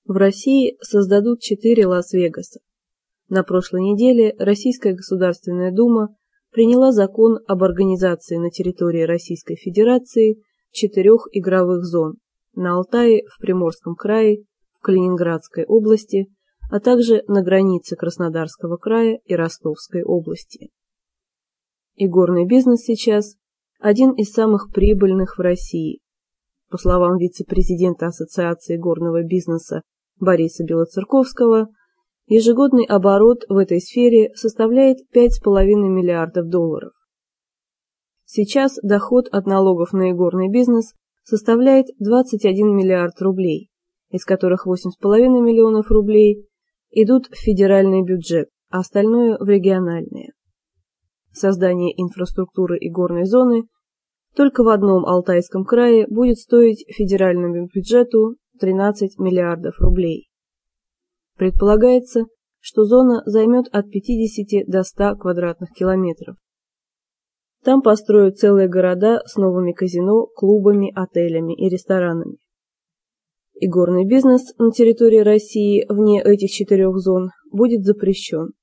В России создадут 4 Лас-Вегаса. На прошлой неделе Российская Государственная Дума приняла закон об организации на территории Российской Федерации 4 игровых зон на Алтае, в Приморском крае, в Калининградской области, а также на границе Краснодарского края и Ростовской области. Игорный бизнес сейчас один из самых прибыльных в России. По словам вице-президента Ассоциации игорного бизнеса Бориса Белоцерковского, ежегодный оборот в этой сфере составляет 5,5 миллиардов долларов. Сейчас доход от налогов на игорный бизнес составляет 21 миллиард рублей, из которых 8,5 миллионов рублей идут в федеральный бюджет, а остальное в региональные. Создание инфраструктуры игорной зоны только в одном Алтайском крае будет стоить федеральному бюджету 13 миллиардов рублей. Предполагается, что зона займет от 50 до 100 квадратных километров. Там построят целые города с новыми казино, клубами, отелями и ресторанами. Игорный бизнес на территории России вне этих 4 зон будет запрещен.